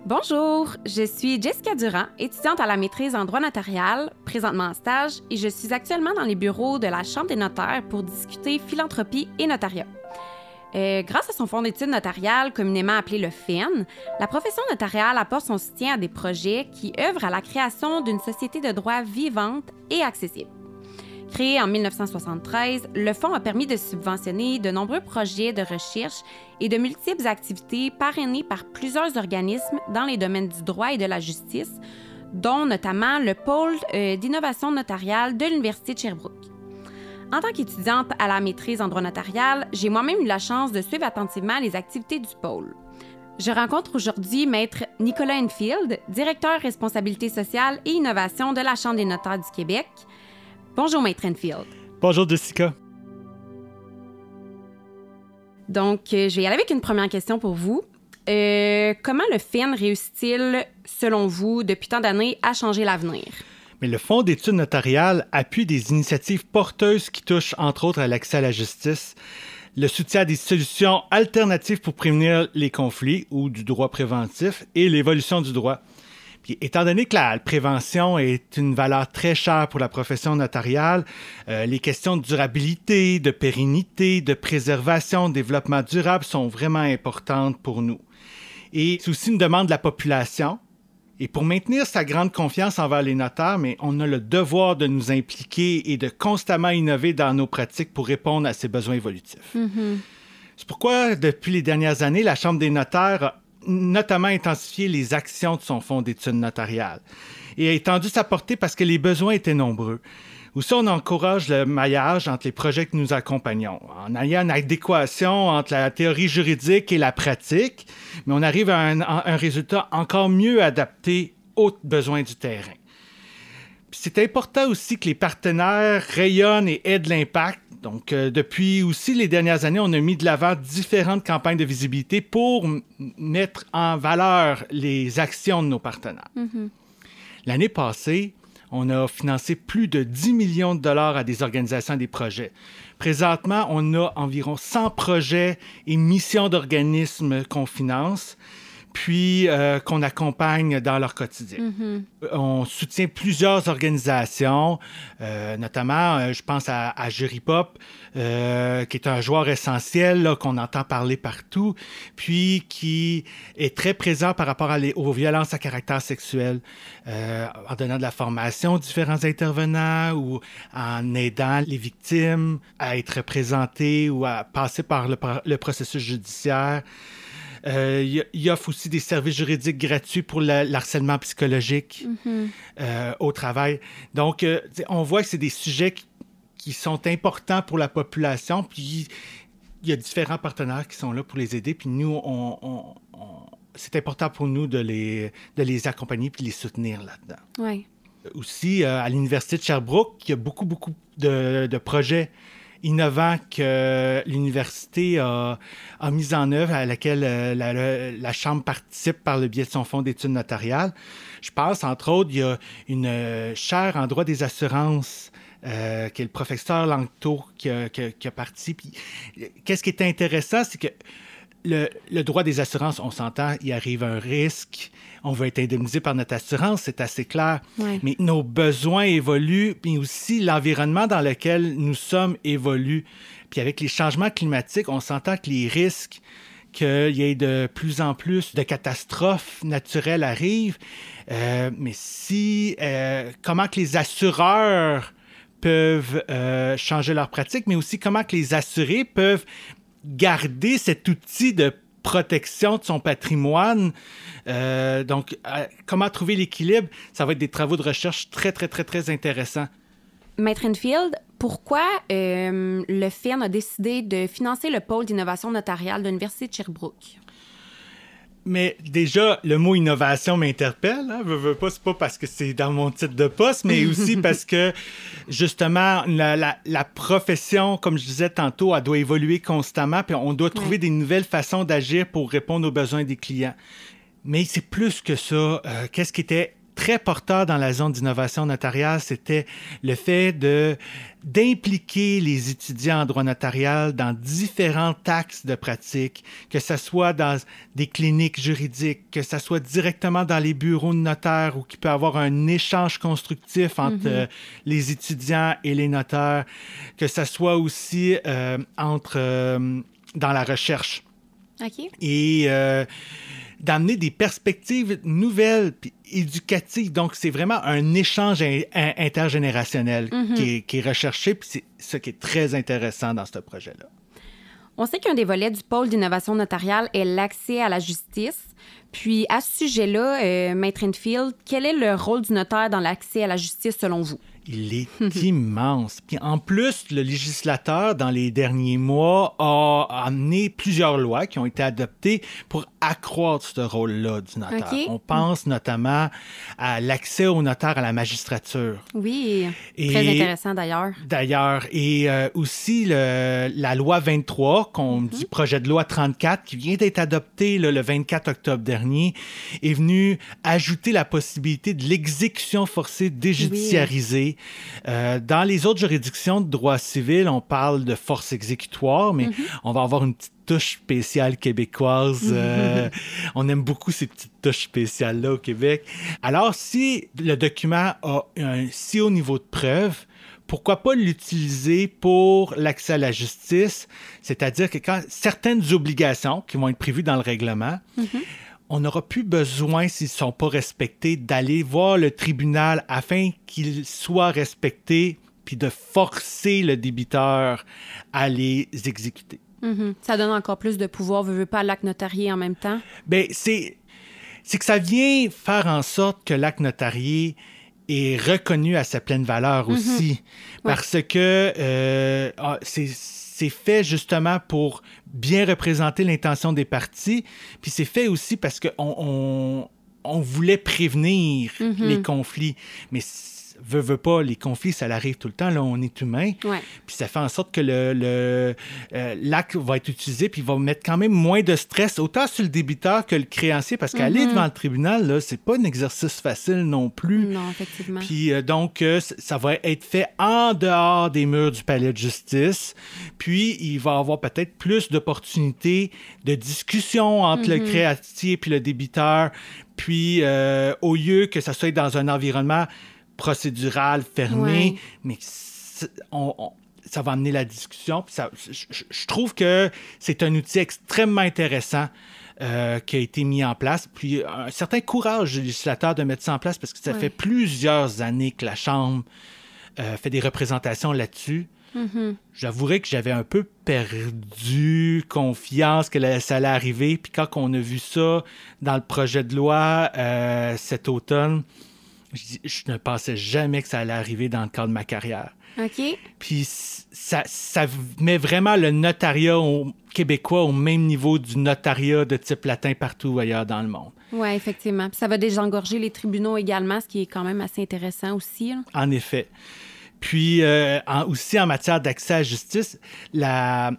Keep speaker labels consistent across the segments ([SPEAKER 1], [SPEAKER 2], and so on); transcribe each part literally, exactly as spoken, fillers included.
[SPEAKER 1] Bonjour, je suis Jessica Durand, étudiante à la maîtrise en droit notarial, présentement en stage, et je suis actuellement dans les bureaux de la Chambre des notaires pour discuter philanthropie et notariat. Euh, grâce à son fonds d'études notariales, communément appelé le F I N, la profession notariale apporte son soutien à des projets qui œuvrent à la création d'une société de droit vivante et accessible. Créé en dix-neuf cent soixante-treize, le fonds a permis de subventionner de nombreux projets de recherche et de multiples activités parrainées par plusieurs organismes dans les domaines du droit et de la justice, dont notamment le pôle euh, d'innovation notariale de l'Université de Sherbrooke. En tant qu'étudiante à la maîtrise en droit notarial, j'ai moi-même eu la chance de suivre attentivement les activités du pôle. Je rencontre aujourd'hui Maître Nicolas Enfield, directeur responsabilité sociale et innovation de la Chambre des notaires du Québec. Bonjour, Maître Enfield.
[SPEAKER 2] Bonjour, Jessica.
[SPEAKER 1] Donc, euh, je vais y aller avec une première question pour vous. Euh, comment le F I N réussit-il, selon vous, depuis tant d'années, à changer l'avenir?
[SPEAKER 2] Mais le Fonds d'études notariales appuie des initiatives porteuses qui touchent, entre autres, à l'accès à la justice, le soutien à des solutions alternatives pour prévenir les conflits ou du droit préventif et l'évolution du droit. Puis, étant donné que la prévention est une valeur très chère pour la profession notariale, euh, les questions de durabilité, de pérennité, de préservation, de développement durable sont vraiment importantes pour nous. Et c'est aussi une demande de la population. Et pour maintenir sa grande confiance envers les notaires, mais on a le devoir de nous impliquer et de constamment innover dans nos pratiques pour répondre à ces besoins évolutifs.
[SPEAKER 1] Mm-hmm.
[SPEAKER 2] C'est pourquoi, depuis les dernières années, la Chambre des notaires a notamment intensifié les actions de son fonds d'études notariales et a étendu sa portée parce que les besoins étaient nombreux. Aussi, on encourage le maillage entre les projets que nous accompagnons, en ayant une adéquation entre la théorie juridique et la pratique, mais on arrive à un, un résultat encore mieux adapté aux besoins du terrain. Puis c'est important aussi que les partenaires rayonnent et aident l'impact. Donc, euh, depuis aussi les dernières années, on a mis de l'avant différentes campagnes de visibilité pour m- mettre en valeur les actions de nos partenaires.
[SPEAKER 1] Mm-hmm.
[SPEAKER 2] L'année passée, on a financé plus de dix millions de dollars à des organisations et des projets. Présentement, on a environ cent projets et missions d'organismes qu'on finance, puis euh, qu'on accompagne dans leur quotidien.
[SPEAKER 1] Mm-hmm.
[SPEAKER 2] On soutient plusieurs organisations, euh, notamment, euh, je pense à, à Juripop, euh, qui est un joueur essentiel là, qu'on entend parler partout, puis qui est très présent par rapport à les, aux violences à caractère sexuel, euh, en donnant de la formation aux différents intervenants ou en aidant les victimes à être représentées ou à passer par le, le processus judiciaire. Euh, il, il offre aussi des services juridiques gratuits pour le, l'harcèlement psychologique
[SPEAKER 1] Mm-hmm.
[SPEAKER 2] euh, au travail. Donc, euh, on voit que c'est des sujets qui, qui sont importants pour la population. Puis, il y a différents partenaires qui sont là pour les aider. Puis, nous, on, on, on, c'est important pour nous de les, de les accompagner puis de les soutenir là-dedans.
[SPEAKER 1] Oui.
[SPEAKER 2] Aussi, euh, à l'Université de Sherbrooke, il y a beaucoup, beaucoup de, de projets innovant que l'université a, a mis en œuvre, à laquelle euh, la, la, la Chambre participe par le biais de son fonds d'études notariales. Je pense, entre autres, il y a une euh, chaire en droit des assurances euh, qui est le professeur Langto qui a, qui a, qui a parti. Puis, qu'est-ce qui est intéressant, c'est que le, le droit des assurances, on s'entend, il arrive un risque, on va être indemnisé par notre assurance, c'est assez clair.
[SPEAKER 1] Ouais.
[SPEAKER 2] Mais nos besoins évoluent, puis aussi l'environnement dans lequel nous sommes évolue. Puis avec les changements climatiques, on s'entend que les risques qu'il y ait de plus en plus de catastrophes naturelles arrivent. Euh, mais si, euh, comment que les assureurs peuvent euh, changer leurs pratiques, mais aussi comment que les assurés peuvent garder cet outil de protection de son patrimoine. Euh, donc, euh, comment trouver l'équilibre? Ça va être des travaux de recherche très, très, très, très intéressants.
[SPEAKER 1] Maître Enfield, pourquoi euh, le F I N a décidé de financer le pôle d'innovation notariale de l'Université de Sherbrooke?
[SPEAKER 2] Mais déjà, le mot innovation m'interpelle. Hein? Veux, veux pas, c'est pas parce que c'est dans mon titre de poste, mais aussi parce que, justement, la, la, la profession, comme je disais tantôt, elle doit évoluer constamment, puis on doit trouver ouais. des nouvelles façons d'agir pour répondre aux besoins des clients. Mais c'est plus que ça. Euh, qu'est-ce qui était très porteur dans la zone d'innovation notariale, c'était le fait de, d'impliquer les étudiants en droit notarial dans différents axes de pratique, que ce soit dans des cliniques juridiques, que ce soit directement dans les bureaux de notaires où il peut y avoir un échange constructif entre mm-hmm. euh, les étudiants et les notaires, que ce soit aussi euh, entre, euh, dans la recherche.
[SPEAKER 1] OK.
[SPEAKER 2] Et euh, d'amener des perspectives nouvelles puis éducatives. Donc, c'est vraiment un échange in- intergénérationnel mm-hmm. qui, est, qui est recherché, puis c'est ce qui est très intéressant dans ce projet-là.
[SPEAKER 1] On sait qu'un des volets du pôle d'innovation notariale est l'accès à la justice. Puis, à ce sujet-là, euh, Maître Enfield, quel est le rôle du notaire dans l'accès à la justice selon vous?
[SPEAKER 2] Il est immense. Puis en plus, le législateur, dans les derniers mois, a amené plusieurs lois qui ont été adoptées pour accroître ce rôle-là du notaire.
[SPEAKER 1] Okay.
[SPEAKER 2] On pense notamment à l'accès au notaire à la magistrature.
[SPEAKER 1] Oui, et très intéressant d'ailleurs.
[SPEAKER 2] D'ailleurs, et euh, aussi le, la loi vingt-trois, qu'on mm-hmm. dit projet de loi trente-quatre, qui vient d'être adoptée là, le vingt-quatre octobre dernier, est venu ajouter la possibilité de l'exécution forcée déjudiciarisée. Oui. Euh, dans les autres juridictions de droit civil, on parle de force exécutoire, mais mm-hmm. on va avoir une petite touche spéciale québécoise. Mm-hmm. Euh, on aime beaucoup ces petites touches spéciales-là au Québec. Alors, si le document a un si haut niveau de preuve, pourquoi pas l'utiliser pour l'accès à la justice? C'est-à-dire que quand certaines obligations qui vont être prévues dans le règlement, mm-hmm. on n'aura plus besoin, s'ils ne sont pas respectés, d'aller voir le tribunal afin qu'ils soient respectés, puis de forcer le débiteur à les exécuter.
[SPEAKER 1] Mm-hmm. Ça donne encore plus de pouvoir, veut, veut pas, à l'acte notarié en même temps? Bien,
[SPEAKER 2] c'est, c'est que ça vient faire en sorte que l'acte notarié est reconnu à sa pleine valeur mm-hmm. aussi. Ouais. Parce que euh, c'est... C'est fait justement pour bien représenter l'intention des parties, puis c'est fait aussi parce qu'on on, on voulait prévenir mm-hmm. les conflits. Mais veut, veut pas, les conflits, ça arrive tout le temps, là, on est humain.
[SPEAKER 1] Ouais.
[SPEAKER 2] Puis ça fait en sorte que le, le, euh, l'acte va être utilisé, puis il va mettre quand même moins de stress, autant sur le débiteur que le créancier, parce qu'aller mm-hmm. devant le tribunal, là, c'est pas un exercice facile non plus.
[SPEAKER 1] Non, effectivement.
[SPEAKER 2] Puis euh, donc, euh, ça va être fait en dehors des murs du palais de justice, puis il va y avoir peut-être plus d'opportunités de discussion entre mm-hmm. le créancier puis le débiteur, puis euh, au lieu que ça soit dans un environnement procédural, fermé, ouais. mais on, on, ça va amener la discussion. Puis ça, je, je trouve que c'est un outil extrêmement intéressant euh, qui a été mis en place. Puis un certain courage du législateur de mettre ça en place parce que ça ouais. fait plusieurs années que la Chambre euh, fait des représentations là-dessus. Mm-hmm. J'avouerais que j'avais un peu perdu confiance que ça allait arriver. Puis quand on a vu ça dans le projet de loi euh, cet automne, Je, je ne pensais jamais que ça allait arriver dans le cadre de ma carrière.
[SPEAKER 1] OK.
[SPEAKER 2] Puis ça, ça met vraiment le notariat au, québécois au même niveau du notariat de type latin partout ailleurs dans le monde.
[SPEAKER 1] Oui, effectivement. Puis ça va désengorger les tribunaux également, ce qui est quand même assez intéressant aussi. Là.
[SPEAKER 2] En effet. Puis euh, en, aussi en matière d'accès à la justice, la...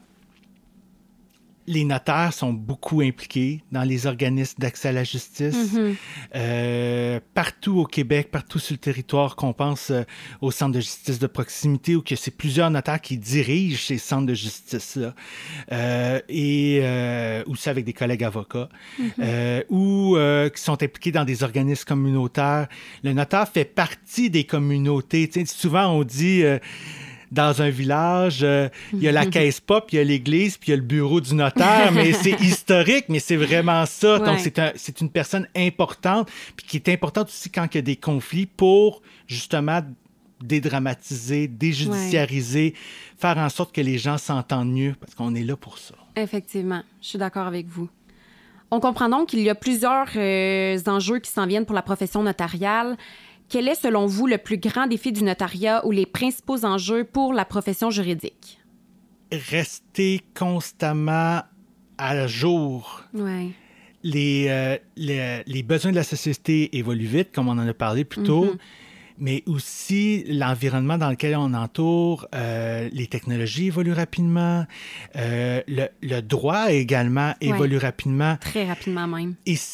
[SPEAKER 2] les notaires sont beaucoup impliqués dans les organismes d'accès à la justice. Mm-hmm. Euh, partout au Québec, partout sur le territoire, qu'on pense euh, au centre de justice de proximité ou que c'est plusieurs notaires qui dirigent ces centres de justice-là. Euh, et euh, aussi avec des collègues avocats. Mm-hmm. Euh, ou euh, qui sont impliqués dans des organismes communautaires. Le notaire fait partie des communautés. Tu sais, souvent, on dit... Euh, dans un village, euh, il y a la caisse pop, il y a l'église, puis il y a le bureau du notaire, mais c'est historique, mais c'est vraiment ça. Ouais. Donc, c'est, un, c'est une personne importante, puis qui est importante aussi quand il y a des conflits pour, justement, dédramatiser, déjudiciariser, ouais. faire en sorte que les gens s'entendent mieux, parce qu'on est là pour ça.
[SPEAKER 1] Effectivement, je suis d'accord avec vous. On comprend donc qu'il y a plusieurs euh, enjeux qui s'en viennent pour la profession notariale. Quel est, selon vous, le plus grand défi du notariat ou les principaux enjeux pour la profession juridique?
[SPEAKER 2] Rester constamment à jour.
[SPEAKER 1] Ouais.
[SPEAKER 2] Les, euh, les, les besoins de la société évoluent vite, comme on en a parlé plus tôt, mm-hmm. mais aussi l'environnement dans lequel on entoure, euh, les technologies évoluent rapidement, euh, le, le droit également évolue
[SPEAKER 1] ouais.
[SPEAKER 2] rapidement.
[SPEAKER 1] Très rapidement même.
[SPEAKER 2] Et c'est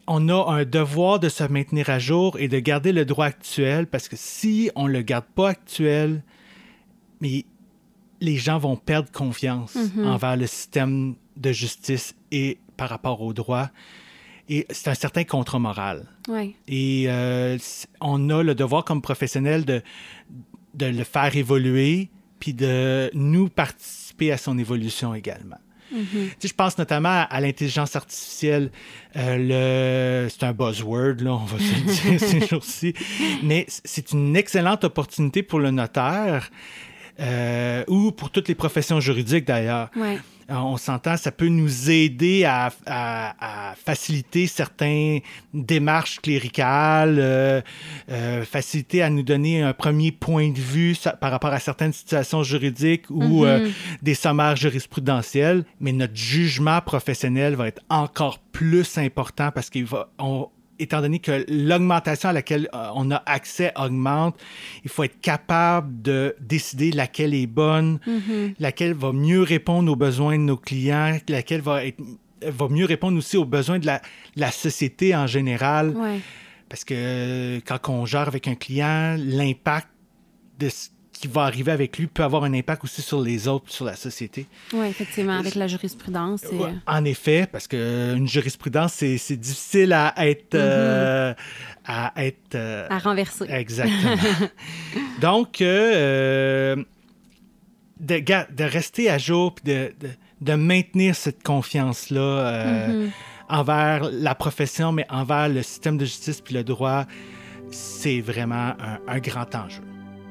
[SPEAKER 2] on a un devoir de se maintenir à jour et de garder le droit actuel, parce que si on ne le garde pas actuel, mais les gens vont perdre confiance mm-hmm. envers le système de justice et par rapport au droit. Et c'est un certain contrat moral.
[SPEAKER 1] Ouais.
[SPEAKER 2] Et euh, on a le devoir comme professionnel de, de le faire évoluer puis de nous participer à son évolution également. Mm-hmm. Tu sais, je pense notamment à, à l'intelligence artificielle. Euh, le... C'est un buzzword, là, on va se le dire ces jours-ci. Mais c'est une excellente opportunité pour le notaire euh, ou pour toutes les professions juridiques, d'ailleurs.
[SPEAKER 1] Ouais.
[SPEAKER 2] On s'entend, ça peut nous aider à, à, à faciliter certaines démarches cléricales, euh, euh, faciliter à nous donner un premier point de vue par rapport à certaines situations juridiques ou mm-hmm. euh, des sommaires jurisprudentiels. Mais notre jugement professionnel va être encore plus important parce qu'il va... On, étant donné que l'augmentation à laquelle on a accès augmente, il faut être capable de décider laquelle est bonne, mm-hmm. laquelle va mieux répondre aux besoins de nos clients, laquelle va, être, va mieux répondre aussi aux besoins de la, la société en général.
[SPEAKER 1] Ouais.
[SPEAKER 2] Parce que quand on gère avec un client, l'impact de ce qui va arriver avec lui peut avoir un impact aussi sur les autres, sur la société.
[SPEAKER 1] Oui, effectivement, avec la jurisprudence. Et...
[SPEAKER 2] En effet, parce qu'une jurisprudence, c'est, c'est difficile à être... Mm-hmm. Euh, à être... Euh,
[SPEAKER 1] à renverser.
[SPEAKER 2] Exactement. Donc, euh, de, de rester à jour puis de, de, de maintenir cette confiance-là euh, mm-hmm. envers la profession, mais envers le système de justice puis le droit, c'est vraiment un, un grand enjeu.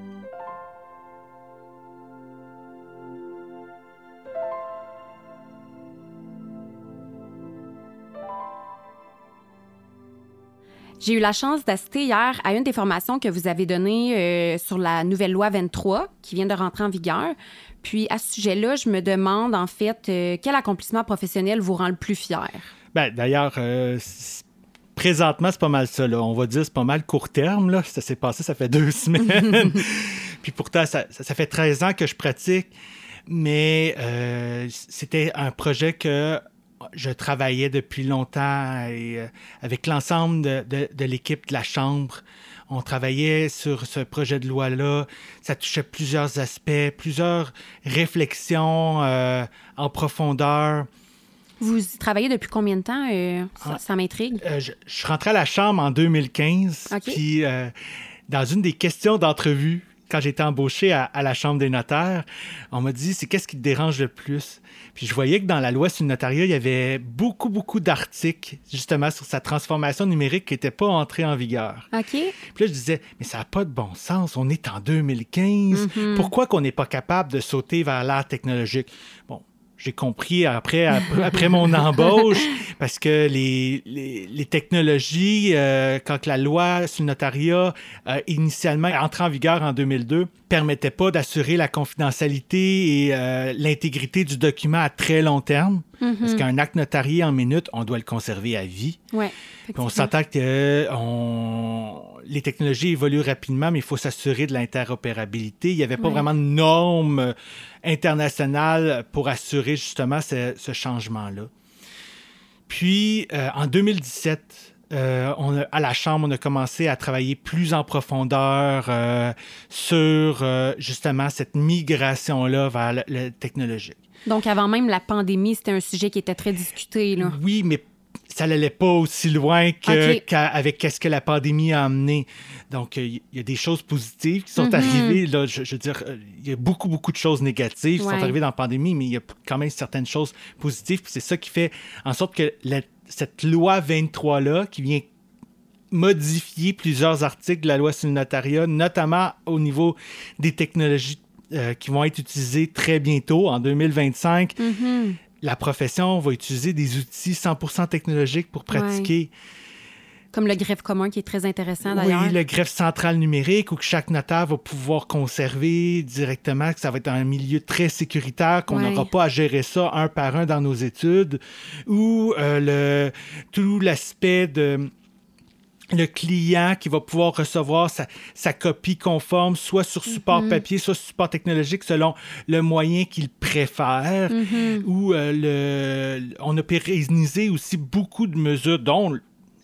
[SPEAKER 1] J'ai eu la chance d'assister hier à une des formations que vous avez données euh, sur la nouvelle loi vingt-trois qui vient de rentrer en vigueur. Puis, à ce sujet-là, je me demande, en fait, euh, quel accomplissement professionnel vous rend le plus fier?
[SPEAKER 2] Bien, d'ailleurs, euh, présentement, c'est pas mal ça, là. On va dire c'est pas mal court terme, là. Ça s'est passé, ça fait deux semaines. Puis pourtant, ça, ça, ça fait treize ans que je pratique. Mais euh, c'était un projet que... je travaillais depuis longtemps et, euh, avec l'ensemble de, de, de l'équipe de la Chambre. On travaillait sur ce projet de loi-là. Ça touchait plusieurs aspects, plusieurs réflexions euh, en profondeur.
[SPEAKER 1] Vous y travaillez depuis combien de temps? Euh, ça, ça m'intrigue.
[SPEAKER 2] Euh, je, je suis rentré à la Chambre en deux mille quinze.
[SPEAKER 1] Okay.
[SPEAKER 2] Puis, euh, dans une des questions d'entrevue, quand j'ai été embauché à, à la Chambre des notaires, on m'a dit, c'est qu'est-ce qui te dérange le plus? Puis je voyais que dans la loi sur le notariat, il y avait beaucoup, beaucoup d'articles, justement, sur sa transformation numérique qui n'étaient pas entrés en vigueur.
[SPEAKER 1] OK.
[SPEAKER 2] Puis là, je disais, mais ça n'a pas de bon sens, on est en deux mille quinze. Mm-hmm. Pourquoi qu'on n'est pas capable de sauter vers l'ère technologique? Bon, j'ai compris après, après, après mon embauche, parce que les, les, les technologies, euh, quand la loi sur le notariat, euh, initialement entrée en vigueur en deux mille deux, permettait pas d'assurer la confidentialité et euh, l'intégrité du document à très long terme. Mm-hmm. Parce qu'un acte notarié en minute, on doit le conserver à vie.
[SPEAKER 1] Ouais,
[SPEAKER 2] puis on s'entend que euh, on... les technologies évoluent rapidement, mais il faut s'assurer de l'interopérabilité. Il n'y avait pas ouais. vraiment de normes internationales pour assurer justement ce, ce changement-là. Puis, euh, en deux mille dix-sept, Euh, on a, à la Chambre, on a commencé à travailler plus en profondeur euh, sur euh, justement cette migration-là vers le, le technologique.
[SPEAKER 1] Donc, avant même la pandémie, c'était un sujet qui était très discuté, là.
[SPEAKER 2] Oui, mais ça n'allait pas aussi loin que,
[SPEAKER 1] okay.
[SPEAKER 2] qu'avec qu'est-ce que la pandémie a amené. Donc, il euh, y a des choses positives qui sont mm-hmm. arrivées. Là, je, je veux dire, il y a beaucoup, beaucoup de choses négatives qui ouais. sont arrivées dans la pandémie, mais il y a quand même certaines choses positives. Puis c'est ça qui fait en sorte que la cette loi vingt-trois-là, qui vient modifier plusieurs articles de la loi sur le notariat, notamment au niveau des technologies euh, qui vont être utilisées très bientôt, en deux mille vingt-cinq,
[SPEAKER 1] mm-hmm.
[SPEAKER 2] la profession va utiliser des outils cent pour cent technologiques pour pratiquer.
[SPEAKER 1] Ouais. Comme le greffe commun, qui est très intéressant, d'ailleurs.
[SPEAKER 2] Oui, le greffe central numérique, où que chaque notaire va pouvoir conserver directement, que ça va être un milieu très sécuritaire, qu'on n'aura ouais. pas à gérer ça un par un dans nos études, ou euh, le, tout l'aspect de... le client qui va pouvoir recevoir sa, sa copie conforme, soit sur support mm-hmm. papier, soit sur support technologique, selon le moyen qu'il préfère. Mm-hmm. Ou euh, le, on a pérennisé aussi beaucoup de mesures, dont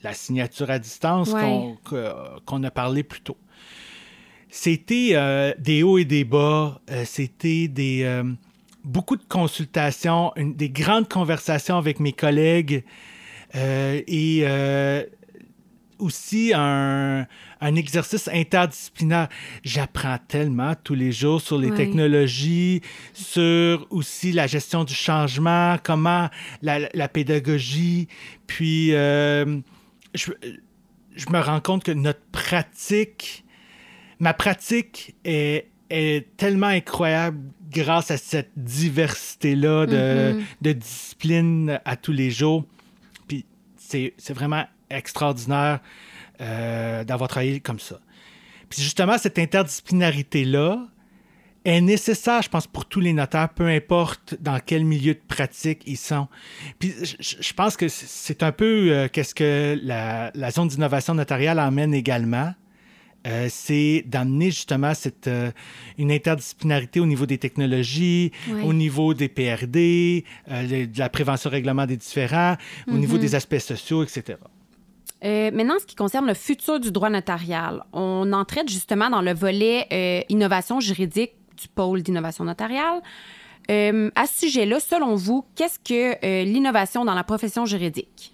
[SPEAKER 2] la signature à distance
[SPEAKER 1] Ouais.
[SPEAKER 2] qu'on, que- qu'on a parlé plus tôt. C'était euh, des hauts et des bas, euh, c'était des, euh, beaucoup de consultations, une- des grandes conversations avec mes collègues euh, et euh, aussi un, un exercice interdisciplinaire. J'apprends tellement tous les jours sur les
[SPEAKER 1] Ouais.
[SPEAKER 2] technologies, sur aussi la gestion du changement, comment la, la pédagogie. Puis, euh, je, je me rends compte que notre pratique, ma pratique est, est tellement incroyable grâce à cette diversité-là de,
[SPEAKER 1] Mhm.
[SPEAKER 2] de disciplines à tous les jours. Puis, c'est, c'est vraiment extraordinaire euh, d'avoir travaillé comme ça. Puis justement, cette interdisciplinarité-là est nécessaire, je pense, pour tous les notaires, peu importe dans quel milieu de pratique ils sont. Puis je, je pense que c'est un peu euh, qu'est-ce que la, la zone d'innovation notariale emmène également. Euh, c'est d'amener justement cette, euh, une interdisciplinarité au niveau des technologies,
[SPEAKER 1] Ouais.
[SPEAKER 2] au niveau des P R D, euh, le- de la prévention règlement des différends, au
[SPEAKER 1] Mhm.
[SPEAKER 2] niveau des aspects sociaux, et cetera.
[SPEAKER 1] Euh, maintenant, en ce qui concerne le futur du droit notarial, on en traite justement dans le volet euh, innovation juridique du pôle d'innovation notariale. Euh, à ce sujet-là, selon vous, qu'est-ce que euh, l'innovation dans la profession juridique?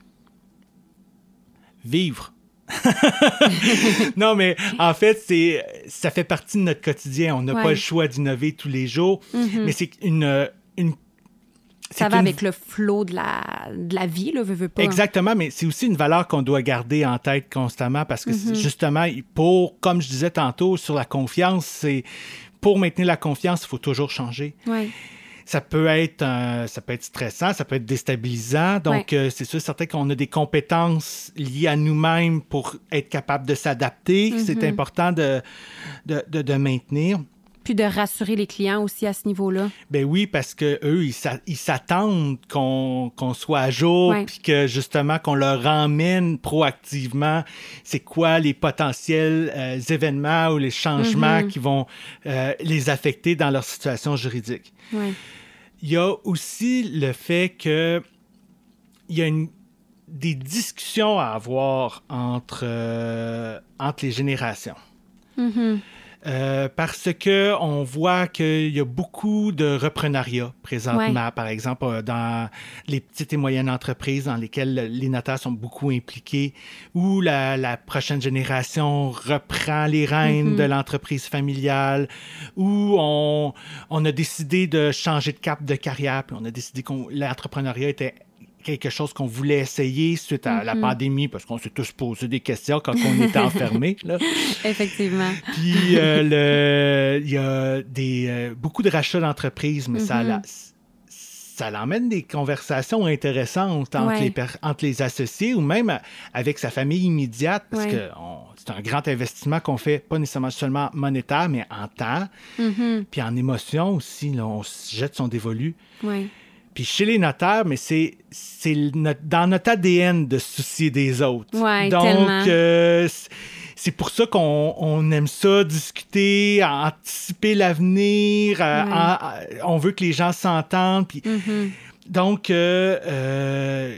[SPEAKER 2] Vivre. Non, mais en fait, c'est, ça fait partie de notre quotidien. On n'a
[SPEAKER 1] Ouais.
[SPEAKER 2] pas le choix d'innover tous les jours,
[SPEAKER 1] Mhm.
[SPEAKER 2] mais c'est une... une
[SPEAKER 1] Ça
[SPEAKER 2] c'est
[SPEAKER 1] va
[SPEAKER 2] une-
[SPEAKER 1] avec le flot de la, de la vie, là, veux, veux pas.
[SPEAKER 2] Exactement, mais c'est aussi une valeur qu'on doit garder en tête constamment parce que c'est
[SPEAKER 1] Mhm.
[SPEAKER 2] justement, pour, comme je disais tantôt, sur la confiance, c'est pour maintenir la confiance, il faut toujours changer.
[SPEAKER 1] Ouais.
[SPEAKER 2] Ça peut être, euh, ça peut être stressant, ça peut être déstabilisant. Donc,
[SPEAKER 1] Ouais.
[SPEAKER 2] euh, c'est sûr, certain qu'on a des compétences liées à nous-mêmes pour être capable de s'adapter.
[SPEAKER 1] Mhm.
[SPEAKER 2] C'est important de, de, de, de maintenir.
[SPEAKER 1] Puis de rassurer les clients aussi à ce niveau-là.
[SPEAKER 2] Ben oui, parce que eux, ils s'a- ils s'attendent qu'on qu'on soit à jour,
[SPEAKER 1] Ouais.
[SPEAKER 2] puis que justement qu'on leur emmène proactivement c'est quoi les potentiels euh, événements ou les changements
[SPEAKER 1] Mhm.
[SPEAKER 2] qui vont euh, les affecter dans leur situation juridique.
[SPEAKER 1] Ouais.
[SPEAKER 2] Il y a aussi le fait que il y a une- des discussions à avoir entre, euh, entre les générations.
[SPEAKER 1] Mhm.
[SPEAKER 2] Euh, parce que on voit qu'il y a beaucoup de reprenariat présentement,
[SPEAKER 1] Ouais.
[SPEAKER 2] par exemple, euh, dans les petites et moyennes entreprises dans lesquelles les notaires sont beaucoup impliqués, où la, la prochaine génération reprend les rênes
[SPEAKER 1] Mhm.
[SPEAKER 2] de l'entreprise familiale, où on, on a décidé de changer de cap de carrière, puis on a décidé que l'entrepreneuriat était quelque chose qu'on voulait essayer suite à la
[SPEAKER 1] Mhm.
[SPEAKER 2] pandémie, parce qu'on s'est tous posé des questions quand on était enfermés, là.
[SPEAKER 1] Effectivement.
[SPEAKER 2] Puis, euh, le- il y a des, euh, beaucoup de rachats d'entreprises, mais ça,
[SPEAKER 1] Mhm.
[SPEAKER 2] la- ça l'emmène des conversations intéressantes entre,
[SPEAKER 1] Ouais.
[SPEAKER 2] les, per- entre les associés ou même avec sa famille immédiate, parce
[SPEAKER 1] Ouais.
[SPEAKER 2] que on- c'est un grand investissement qu'on fait, pas nécessairement seulement monétaire, mais en temps,
[SPEAKER 1] Mhm.
[SPEAKER 2] puis en émotion aussi. Là, on se jette son dévolu.
[SPEAKER 1] Ouais.
[SPEAKER 2] Puis chez les notaires, mais c'est, c'est notre- dans notre A D N de se soucier des autres.
[SPEAKER 1] Ouais,
[SPEAKER 2] Donc,
[SPEAKER 1] tellement.
[SPEAKER 2] euh, c'est- c'est pour ça qu'on on aime ça, discuter, anticiper l'avenir. euh,
[SPEAKER 1] Ouais.
[SPEAKER 2] en- on veut que les gens s'entendent. Puis,
[SPEAKER 1] Mhm.
[SPEAKER 2] donc, euh, euh,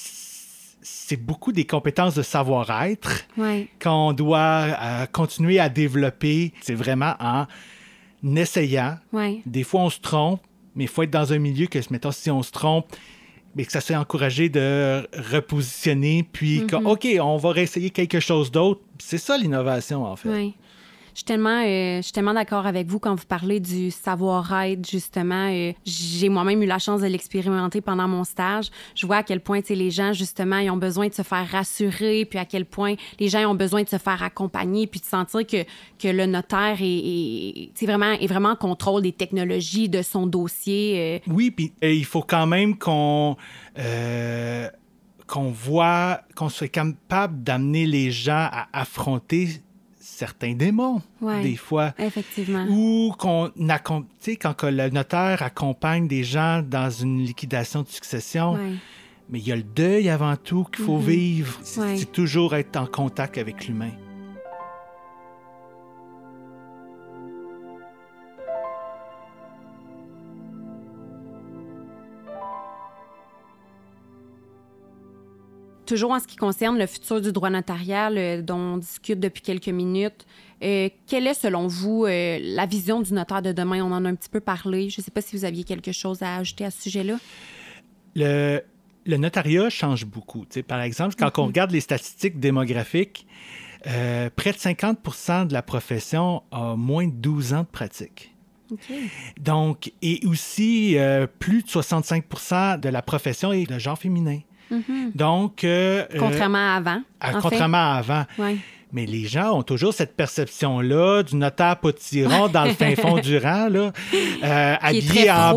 [SPEAKER 2] c'est beaucoup des compétences de savoir-être
[SPEAKER 1] Ouais.
[SPEAKER 2] qu'on doit euh, continuer à développer. C'est vraiment en essayant.
[SPEAKER 1] Ouais.
[SPEAKER 2] Des fois, on se trompe, mais il faut être dans un milieu que, mettons, si on se trompe, mais que ça soit encouragé de repositionner, puis que,
[SPEAKER 1] Mhm.
[SPEAKER 2] OK, on va réessayer quelque chose d'autre. C'est ça, l'innovation, en fait.
[SPEAKER 1] Oui. Je suis tellement, euh, je suis tellement d'accord avec vous quand vous parlez du savoir-être, justement. Euh, j'ai moi-même eu la chance de l'expérimenter pendant mon stage. Je vois à quel point, tu sais, les gens, justement, ils ont besoin de se faire rassurer, puis à quel point les gens ils ont besoin de se faire accompagner, puis de sentir que, que le notaire est, est, tu sais, vraiment, est vraiment en contrôle des technologies de son dossier. euh.
[SPEAKER 2] Oui, puis euh, il faut quand même qu'on... euh, qu'on voit, qu'on soit capable d'amener les gens à affronter certains démons,
[SPEAKER 1] Ouais.
[SPEAKER 2] des fois.
[SPEAKER 1] Effectivement.
[SPEAKER 2] Ou qu'on accom- tu sais, quand que le notaire accompagne des gens dans une liquidation de succession,
[SPEAKER 1] Ouais.
[SPEAKER 2] mais il y a le deuil avant tout qu'il faut
[SPEAKER 1] Mhm.
[SPEAKER 2] vivre. C'est
[SPEAKER 1] Ouais.
[SPEAKER 2] c'est toujours être en contact avec l'humain.
[SPEAKER 1] toujours en ce qui concerne le futur du droit notarial euh, dont on discute depuis quelques minutes, euh, quelle est, selon vous, euh, la vision du notaire de demain? On en a un petit peu parlé. Je ne sais pas si vous aviez quelque chose à ajouter à ce sujet-là.
[SPEAKER 2] Le, le notariat change beaucoup. T'sais, par exemple, quand mm-hmm. on regarde les statistiques démographiques, euh, près de cinquante pour cent de la profession a moins de douze ans de pratique.
[SPEAKER 1] Okay.
[SPEAKER 2] Donc, et aussi, euh, plus de soixante-cinq pour cent de la profession est de genre féminin.
[SPEAKER 1] Mm-hmm.
[SPEAKER 2] Donc... Euh,
[SPEAKER 1] contrairement à avant.
[SPEAKER 2] À, contrairement à avant.
[SPEAKER 1] Ouais.
[SPEAKER 2] Mais les gens ont toujours cette perception-là du notaire potiron dans le fin fond du rang, là, euh, habillé en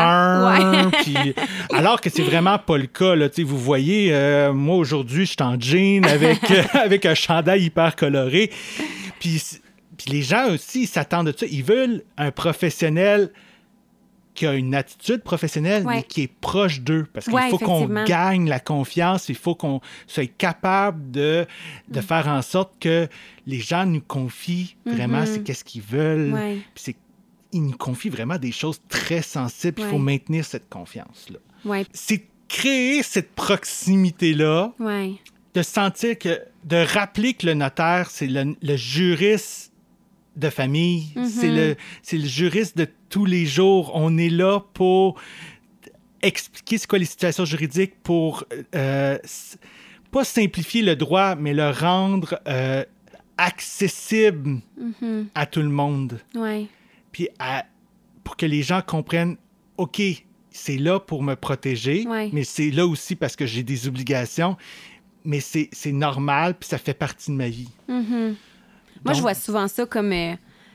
[SPEAKER 2] brun.
[SPEAKER 1] Ouais.
[SPEAKER 2] Puis, alors que c'est vraiment pas le cas. Là. Vous voyez, euh, moi, aujourd'hui, je suis en jean avec, euh, avec un chandail hyper coloré. Puis, puis les gens aussi, ils s'attendent de ça. Ils veulent un professionnel qui a une attitude professionnelle, ouais. mais qui est proche d'eux. Parce qu'il
[SPEAKER 1] ouais,
[SPEAKER 2] faut qu'on gagne la confiance, il faut qu'on soit capable de, de mm. faire en sorte que les gens nous confient vraiment mm-hmm. c'est qu'est-ce qu'ils veulent.
[SPEAKER 1] Ouais.
[SPEAKER 2] Puis c'est, ils nous confient vraiment des choses très sensibles. Il ouais. faut maintenir cette confiance-là.
[SPEAKER 1] Ouais.
[SPEAKER 2] C'est créer cette proximité-là,
[SPEAKER 1] ouais.
[SPEAKER 2] de sentir que, de rappeler que le notaire, c'est le, le juriste de famille, mm-hmm. c'est, le, c'est le juriste de tous les jours. On est là pour expliquer c'est quoi les situations juridiques, pour euh, pas simplifier le droit, mais le rendre euh, accessible
[SPEAKER 1] mm-hmm.
[SPEAKER 2] à tout le monde.
[SPEAKER 1] Ouais.
[SPEAKER 2] Puis à, pour que les gens comprennent, OK, c'est là pour me protéger,
[SPEAKER 1] ouais.
[SPEAKER 2] mais c'est là aussi parce que j'ai des obligations, mais c'est, c'est normal, puis ça fait partie de ma vie.
[SPEAKER 1] Mm-hmm. Moi,
[SPEAKER 2] Donc,
[SPEAKER 1] je vois souvent ça comme... Euh,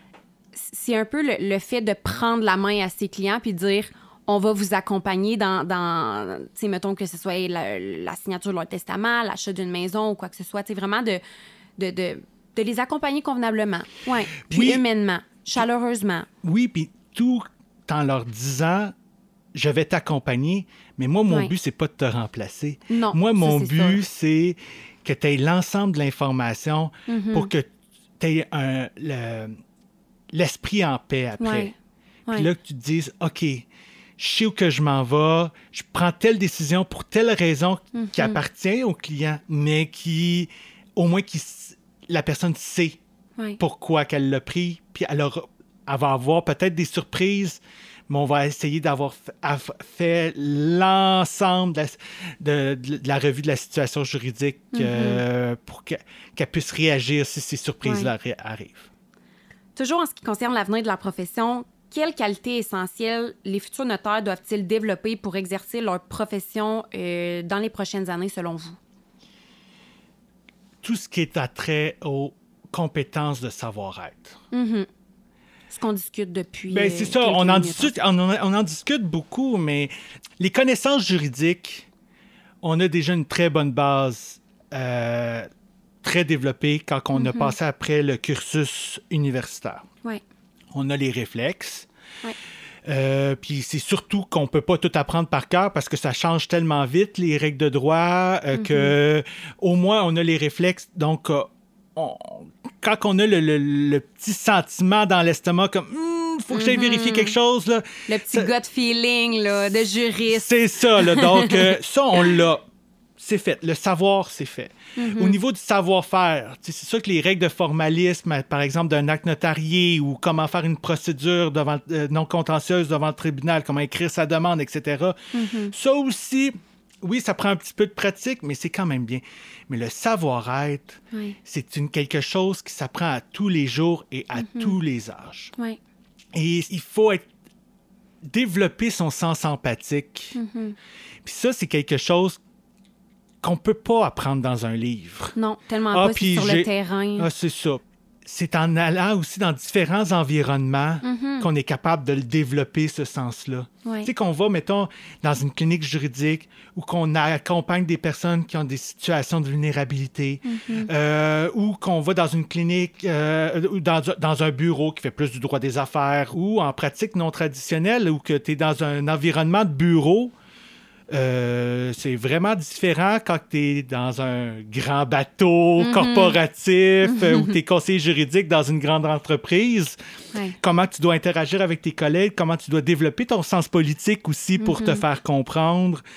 [SPEAKER 1] c'est un peu le, le fait de prendre la main à ses clients puis de dire, on va vous accompagner dans... dans tu sais, mettons que ce soit la, la signature de leur testament, l'achat d'une maison ou quoi que ce soit. Tu sais, vraiment de, de, de, de les accompagner convenablement. Oui. Puis
[SPEAKER 2] oui.
[SPEAKER 1] humainement, chaleureusement.
[SPEAKER 2] Oui, puis tout en leur disant, je vais t'accompagner, mais moi, mon
[SPEAKER 1] oui.
[SPEAKER 2] but, c'est pas de te remplacer.
[SPEAKER 1] Non,
[SPEAKER 2] moi, mon
[SPEAKER 1] ça, c'est
[SPEAKER 2] but,
[SPEAKER 1] ça.
[SPEAKER 2] c'est que tu aies l'ensemble de l'information
[SPEAKER 1] mm-hmm.
[SPEAKER 2] pour que tu aies un, le, l'esprit en paix après.
[SPEAKER 1] Ouais.
[SPEAKER 2] Puis
[SPEAKER 1] ouais.
[SPEAKER 2] là, que tu te dises, OK, je sais où que je m'en vais, je prends telle décision pour telle raison
[SPEAKER 1] mm-hmm.
[SPEAKER 2] qui appartient au client, mais qui, au moins, qui, la personne sait
[SPEAKER 1] ouais.
[SPEAKER 2] pourquoi qu'elle l'a pris, puis elle, aura, elle va avoir peut-être des surprises, mais on va essayer d'avoir f- fait l'ensemble de la, de, de la revue de la situation juridique mm-hmm. euh, pour que, qu'elle puisse réagir si ces surprises-là ouais. arrivent.
[SPEAKER 1] Toujours en ce qui concerne l'avenir de la profession, quelles qualités essentielles les futurs notaires doivent-ils développer pour exercer leur profession euh, dans les prochaines années, selon vous?
[SPEAKER 2] Tout ce qui est attrait aux compétences de savoir-être.
[SPEAKER 1] Mm-hmm. Ce qu'on discute depuis.
[SPEAKER 2] Bien, c'est ça, on en, discute, on, en, on en discute beaucoup, mais les connaissances juridiques, on a déjà une très bonne base, euh, très développée quand on mm-hmm. a passé après le cursus universitaire.
[SPEAKER 1] Ouais.
[SPEAKER 2] On a les réflexes.
[SPEAKER 1] Ouais.
[SPEAKER 2] Euh, puis c'est surtout qu'on ne peut pas tout apprendre par cœur parce que ça change tellement vite, les règles de droit, euh, mm-hmm. qu'au moins on a les réflexes. Donc, euh, on, quand on a le, le, le petit sentiment dans l'estomac, comme il faut que j'aille mm-hmm. vérifier quelque chose. Là,
[SPEAKER 1] le petit
[SPEAKER 2] ça,
[SPEAKER 1] gut feeling là, de juriste.
[SPEAKER 2] C'est ça. Là, donc, euh, ça, on l'a. C'est fait. Le savoir, c'est fait. Mm-hmm. Au niveau du savoir-faire, c'est sûr que les règles de formalisme, par exemple, d'un acte notarié ou comment faire une procédure devant, euh, non contentieuse devant le tribunal, comment écrire sa demande, et cetera.
[SPEAKER 1] Mm-hmm.
[SPEAKER 2] Ça aussi, oui, ça prend un petit peu de pratique, mais c'est quand même bien. Mais le savoir-être,
[SPEAKER 1] oui.
[SPEAKER 2] c'est une, quelque chose qui s'apprend à tous les jours et à
[SPEAKER 1] mm-hmm.
[SPEAKER 2] tous les âges.
[SPEAKER 1] Oui.
[SPEAKER 2] Et il faut être, développer son sens empathique.
[SPEAKER 1] Mm-hmm. Puis
[SPEAKER 2] ça, c'est quelque chose qu'on ne peut pas apprendre dans un livre.
[SPEAKER 1] Non, tellement
[SPEAKER 2] ah,
[SPEAKER 1] pas c'est sur le terrain.
[SPEAKER 2] Ah, c'est ça. C'est en allant aussi dans différents environnements
[SPEAKER 1] mm-hmm.
[SPEAKER 2] qu'on est capable de le développer, ce sens-là.
[SPEAKER 1] Oui.
[SPEAKER 2] Tu sais, qu'on va, mettons, dans une clinique juridique ou qu'on accompagne des personnes qui ont des situations de vulnérabilité
[SPEAKER 1] mm-hmm.
[SPEAKER 2] euh, ou qu'on va dans une clinique euh, ou dans, dans un bureau qui fait plus du droit des affaires ou en pratique non traditionnelle ou que tu es dans un environnement de bureau. Euh, c'est vraiment différent quand tu es dans un grand bateau mm-hmm. corporatif mm-hmm. ou tu es conseiller juridique dans une grande entreprise.
[SPEAKER 1] Ouais.
[SPEAKER 2] Comment tu dois interagir avec tes collègues, comment tu dois développer ton sens politique aussi pour mm-hmm. te faire comprendre.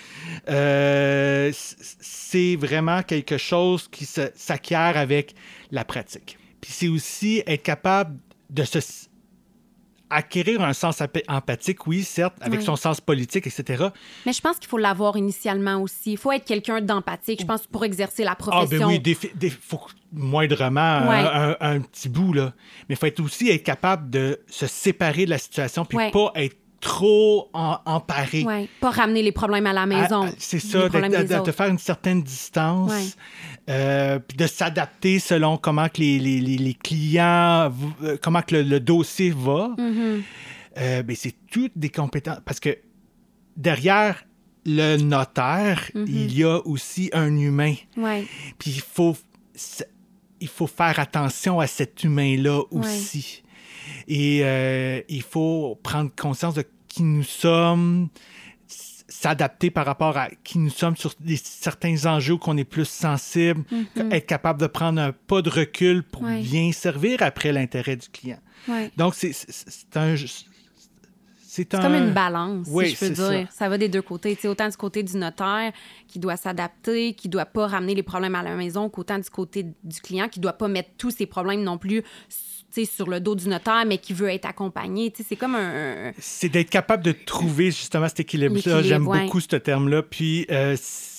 [SPEAKER 2] euh, c'est vraiment quelque chose qui se, s'acquiert avec la pratique. Puis c'est aussi être capable de se acquérir un sens empathique, oui, certes, avec oui. son sens politique, et cetera.
[SPEAKER 1] Mais je pense qu'il faut l'avoir initialement aussi. Il faut être quelqu'un d'empathique, je pense, pour exercer la profession.
[SPEAKER 2] Ah, ben oui, il faut moindrement ouais. un, un, un petit bout, là. Mais il faut être aussi être capable de se séparer de la situation, puis ouais. pas être trop en, emparé.
[SPEAKER 1] Oui, pas ramener les problèmes à la maison.
[SPEAKER 2] À, à, c'est ça, de, de, de faire une certaine distance, ouais. euh, puis de s'adapter selon comment que les, les, les, les clients, comment que le, le dossier va. Mm-hmm. Euh, ben, c'est toutes des compétences. Parce que derrière le notaire, mm-hmm. il y a aussi un humain.
[SPEAKER 1] Ouais.
[SPEAKER 2] Puis il faut, il faut faire attention à cet humain-là aussi. Ouais. Et euh, il faut prendre conscience de qui nous sommes, s'adapter par rapport à qui nous sommes sur des, certains enjeux qu'on est plus sensible, mm-hmm. être capable de prendre un pas de recul pour ouais. bien servir après l'intérêt du client.
[SPEAKER 1] Ouais.
[SPEAKER 2] Donc, c'est, c'est, c'est un... C'est,
[SPEAKER 1] c'est
[SPEAKER 2] un...
[SPEAKER 1] comme une balance,
[SPEAKER 2] oui,
[SPEAKER 1] si je peux dire. Ça. ça va des deux côtés. T'sais, autant du côté du notaire qui doit s'adapter, qui ne doit pas ramener les problèmes à la maison, qu'autant du côté du client qui ne doit pas mettre tous ses problèmes non plus sur le dos du notaire, mais qui veut être accompagné. T'sais, c'est comme un...
[SPEAKER 2] C'est d'être capable de trouver justement cet équilibre-là. L'équilibre, J'aime ouais. beaucoup ce terme-là. Puis, euh,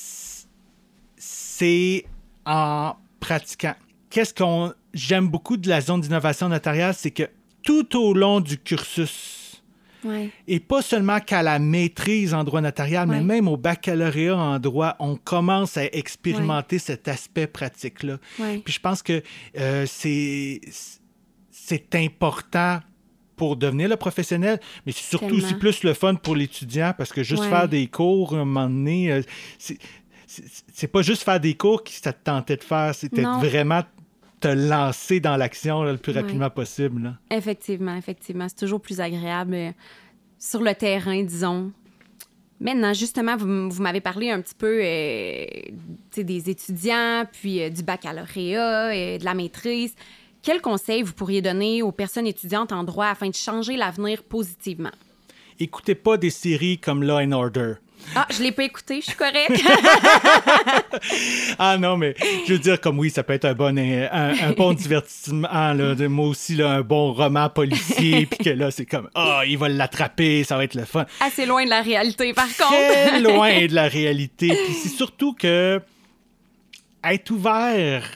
[SPEAKER 2] c'est en pratiquant. Qu'est-ce qu'on... J'aime beaucoup de la zone d'innovation notariale, c'est que tout au long du cursus, ouais. et pas seulement qu'à la maîtrise en droit notarial, ouais. mais même au baccalauréat en droit, on commence à expérimenter ouais. cet aspect pratique-là.
[SPEAKER 1] Ouais.
[SPEAKER 2] Puis je pense que euh, c'est... c'est important pour devenir le professionnel, mais c'est surtout Tellement. aussi plus le fun pour l'étudiant, parce que juste ouais. faire des cours, à un moment donné, euh, c'est, c'est, c'est pas juste faire des cours qui ça te tentait de faire, c'était non. vraiment te lancer dans l'action là, le plus ouais. rapidement possible. Là.
[SPEAKER 1] Effectivement, effectivement. C'est toujours plus agréable euh, sur le terrain, disons. Maintenant, justement, vous, vous m'avez parlé un petit peu euh, des étudiants, puis euh, du baccalauréat, euh, de la maîtrise. Quels conseils vous pourriez donner aux personnes étudiantes en droit afin de changer l'avenir positivement?
[SPEAKER 2] Écoutez pas des séries comme Law and Order.
[SPEAKER 1] Ah, je l'ai pas écouté, je suis correcte.
[SPEAKER 2] Ah non, mais je veux dire, comme oui, ça peut être un bon, un, un bon divertissement. Là, de, moi aussi, là, un bon roman policier, puis que là, c'est comme, ah, oh, il va l'attraper, ça va être le fun.
[SPEAKER 1] Assez loin de la réalité, par contre.
[SPEAKER 2] Très loin de la réalité. Puis c'est surtout que être ouvert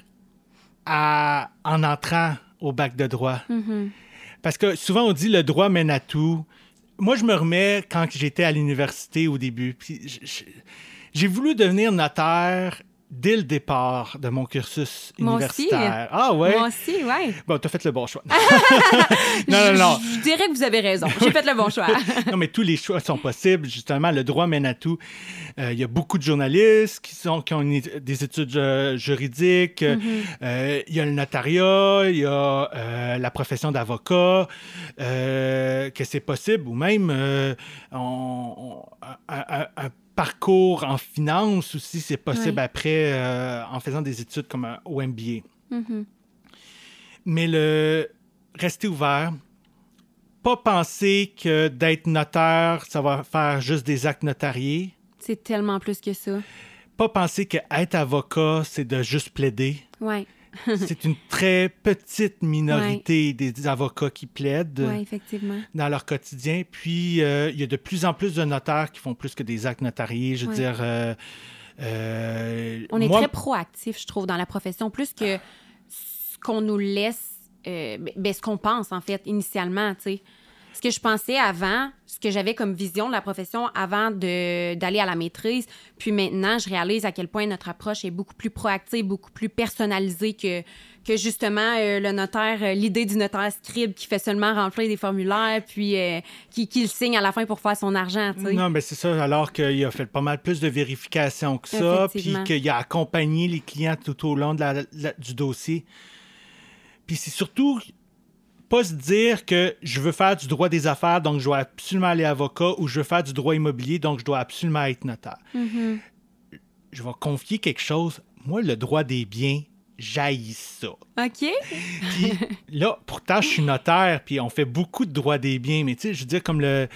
[SPEAKER 2] à, en entrant au bac de droit. Mm-hmm. Parce que souvent, on dit le droit mène à tout. Moi, je me remets quand j'étais à l'université au début. Puis j'ai voulu devenir notaire dès le départ de mon cursus
[SPEAKER 1] Moi
[SPEAKER 2] universitaire.
[SPEAKER 1] Aussi.
[SPEAKER 2] Ah ouais?
[SPEAKER 1] Moi aussi, ouais.
[SPEAKER 2] Bon, t'as fait le bon choix. non, non, non.
[SPEAKER 1] Je, je dirais que vous avez raison. J'ai fait le bon choix.
[SPEAKER 2] Non, mais tous les choix sont possibles. Justement, le droit mène à tout. Il euh, y a beaucoup de journalistes qui, sont, qui ont une, des études euh, juridiques. Il mm-hmm. euh, y a le notariat, il y a euh, la profession d'avocat, euh, que c'est possible. Ou même euh, on, on, un, un, un parcours en finance aussi, c'est possible oui. après, euh, en faisant des études comme un, au M B A. Mm-hmm. Mais le rester ouvert, pas penser que d'être notaire, ça va faire juste des actes notariés.
[SPEAKER 1] C'est tellement plus que ça.
[SPEAKER 2] Pas penser qu'être avocat, c'est de juste plaider.
[SPEAKER 1] Oui.
[SPEAKER 2] C'est une très petite minorité ouais. des avocats qui plaident
[SPEAKER 1] ouais, effectivement.
[SPEAKER 2] dans leur quotidien. Puis, euh, il y a de plus en plus de notaires qui font plus que des actes notariés. Je veux ouais. dire... Euh, euh,
[SPEAKER 1] On est
[SPEAKER 2] moi...
[SPEAKER 1] très proactif, je trouve, dans la profession, plus que ce qu'on nous laisse... Euh, ben, ce qu'on pense, en fait, initialement, tu sais. Ce que je pensais avant, ce que j'avais comme vision de la profession avant de, d'aller à la maîtrise, puis maintenant, je réalise à quel point notre approche est beaucoup plus proactive, beaucoup plus personnalisée que, que justement euh, le notaire, euh, l'idée du notaire scribe qui fait seulement remplir des formulaires, puis euh, qui, qui le signe à la fin pour faire son argent, tu sais.
[SPEAKER 2] Non, mais c'est ça, alors qu'il a fait pas mal plus de vérifications que ça, puis qu'il a accompagné les clients tout au long de la, la, du dossier. Puis c'est surtout... pas se dire que je veux faire du droit des affaires, donc je dois absolument aller avocat, ou je veux faire du droit immobilier, donc je dois absolument être notaire. Mm-hmm. Je vais confier quelque chose. Moi, le droit des biens, j'haïs ça.
[SPEAKER 1] OK.
[SPEAKER 2] Puis là, pourtant, je suis notaire, puis on fait beaucoup de droit des biens, mais tu sais, je veux dire, comme le,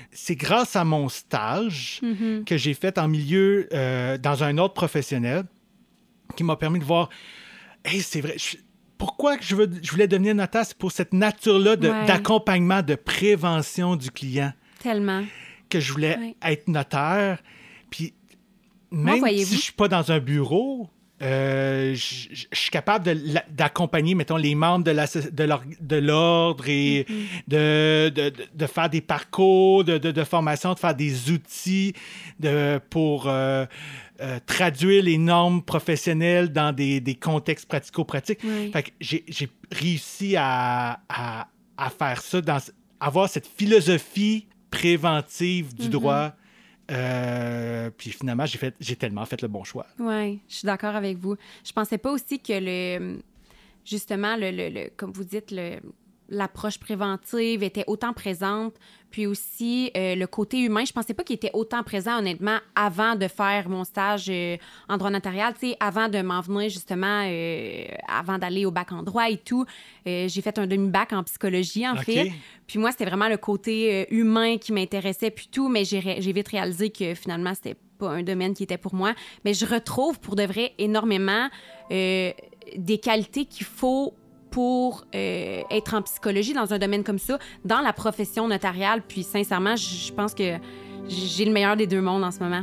[SPEAKER 2] C'est grâce à mon stage
[SPEAKER 1] Mm-hmm.
[SPEAKER 2] que j'ai fait en milieu, euh, dans un autre professionnel, qui m'a permis de voir, hey, c'est vrai, je, pourquoi je, veux, je voulais devenir notaire? C'est pour cette nature-là de,
[SPEAKER 1] Ouais.
[SPEAKER 2] d'accompagnement, de prévention du client,
[SPEAKER 1] Tellement.
[SPEAKER 2] que je voulais
[SPEAKER 1] Ouais.
[SPEAKER 2] être notaire. Puis
[SPEAKER 1] Moi,
[SPEAKER 2] même
[SPEAKER 1] voyez-vous-
[SPEAKER 2] si je suis pas dans un bureau, euh, je je- je suis capable de, la- d'accompagner, mettons, les membres de, la, de, l'or- de l'ordre et
[SPEAKER 1] Mm-hmm.
[SPEAKER 2] de, de, de- de faire des parcours de, de, de formation, de faire des outils de, pour euh, euh, traduire les normes professionnelles dans des, des contextes pratico-pratiques.
[SPEAKER 1] Ouais.
[SPEAKER 2] Fait que j'ai, j'ai réussi à, à, à faire ça, dans, avoir cette philosophie préventive du
[SPEAKER 1] Mm-hmm.
[SPEAKER 2] droit. Euh, puis finalement, j'ai, fait, j'ai tellement fait le bon choix.
[SPEAKER 1] Oui, je suis d'accord avec vous. Je pensais pas aussi que le justement, le, le, le- comme vous dites, le, l'approche préventive était autant présente. Puis aussi, euh, le côté humain, je pensais pas qu'il était autant présent, honnêtement, avant de faire mon stage euh, en droit notarial. Tu sais, avant de m'en venir, justement, euh, avant d'aller au bac en droit et tout, euh, j'ai fait un demi-bac en psychologie, en
[SPEAKER 2] OK.
[SPEAKER 1] fait. Puis moi, c'était vraiment le côté euh, humain qui m'intéressait, puis tout, mais j'ai, ré- j'ai vite réalisé que finalement, c'était pas un domaine qui était pour moi. Mais je retrouve, pour de vrai, énormément euh, des qualités qu'il faut pour euh, être en psychologie dans un domaine comme ça, dans la profession notariale. Puis sincèrement, je je pense que j'ai le meilleur des deux mondes en ce moment.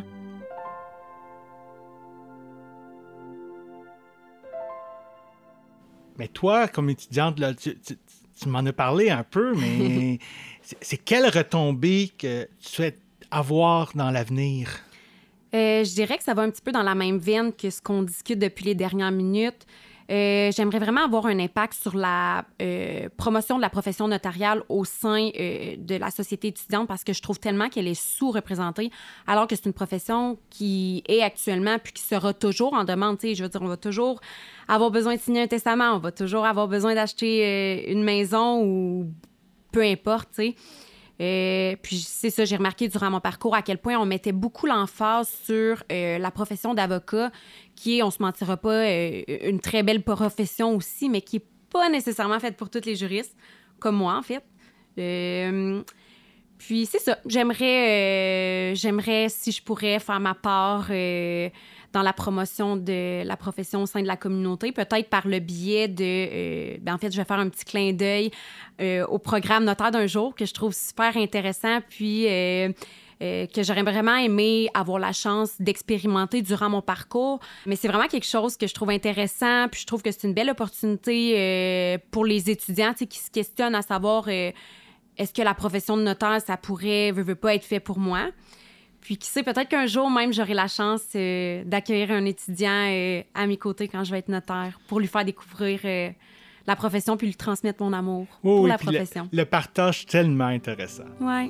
[SPEAKER 2] Mais toi, comme étudiante, là, tu, tu- tu m'en as parlé un peu, mais c'est, c'est quelle retombée que tu souhaites avoir dans l'avenir?
[SPEAKER 1] Euh, je dirais que ça va un petit peu dans la même veine que ce qu'on discute depuis les dernières minutes. Euh, j'aimerais vraiment avoir un impact sur la euh, promotion de la profession notariale au sein euh, de la société étudiante parce que je trouve tellement qu'elle est sous-représentée alors que c'est une profession qui est actuellement puis qui sera toujours en demande. Tu sais, je veux dire, on va toujours avoir besoin de signer un testament, on va toujours avoir besoin d'acheter euh, une maison ou peu importe, tu sais. Euh, puis c'est ça, j'ai remarqué durant mon parcours à quel point on mettait beaucoup l'emphase sur euh, la profession d'avocat, qui est, on se mentira pas, euh, une très belle profession aussi, mais qui est pas nécessairement faite pour tous les juristes, comme moi en fait. Euh, puis c'est ça, j'aimerais, euh, j'aimerais si je pourrais faire ma part euh, dans la promotion de la profession au sein de la communauté, peut-être par le biais de... Euh, ben en fait, je vais faire un petit clin d'œil euh, au programme Notaire d'un jour que je trouve super intéressant, puis euh, euh, que j'aurais vraiment aimé avoir la chance d'expérimenter durant mon parcours. Mais c'est vraiment quelque chose que je trouve intéressant, puis je trouve que c'est une belle opportunité euh, pour les étudiants tu sais, qui se questionnent à savoir euh, est-ce que la profession de notaire, ça pourrait, veut, veut pas être fait pour moi? Puis qui sait, peut-être qu'un jour même, j'aurai la chance euh, d'accueillir un étudiant euh, à mes côtés quand je vais être notaire pour lui faire découvrir euh, la profession puis lui transmettre mon amour
[SPEAKER 2] Oui,
[SPEAKER 1] pour
[SPEAKER 2] oui,
[SPEAKER 1] la
[SPEAKER 2] puis le-
[SPEAKER 1] profession.
[SPEAKER 2] Le, partage tellement intéressant.
[SPEAKER 1] Ouais.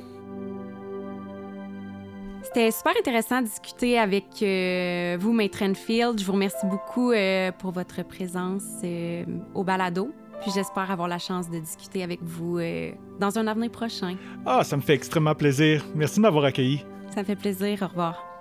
[SPEAKER 1] C'était super intéressant de discuter avec euh, vous, Maître Enfield. Je vous remercie beaucoup euh, pour votre présence euh, au balado. Puis j'espère avoir la chance de discuter avec vous euh, dans un avenir prochain.
[SPEAKER 2] Ah, ça me fait extrêmement plaisir. Merci de m'avoir accueilli.
[SPEAKER 1] Ça me fait plaisir. Au revoir.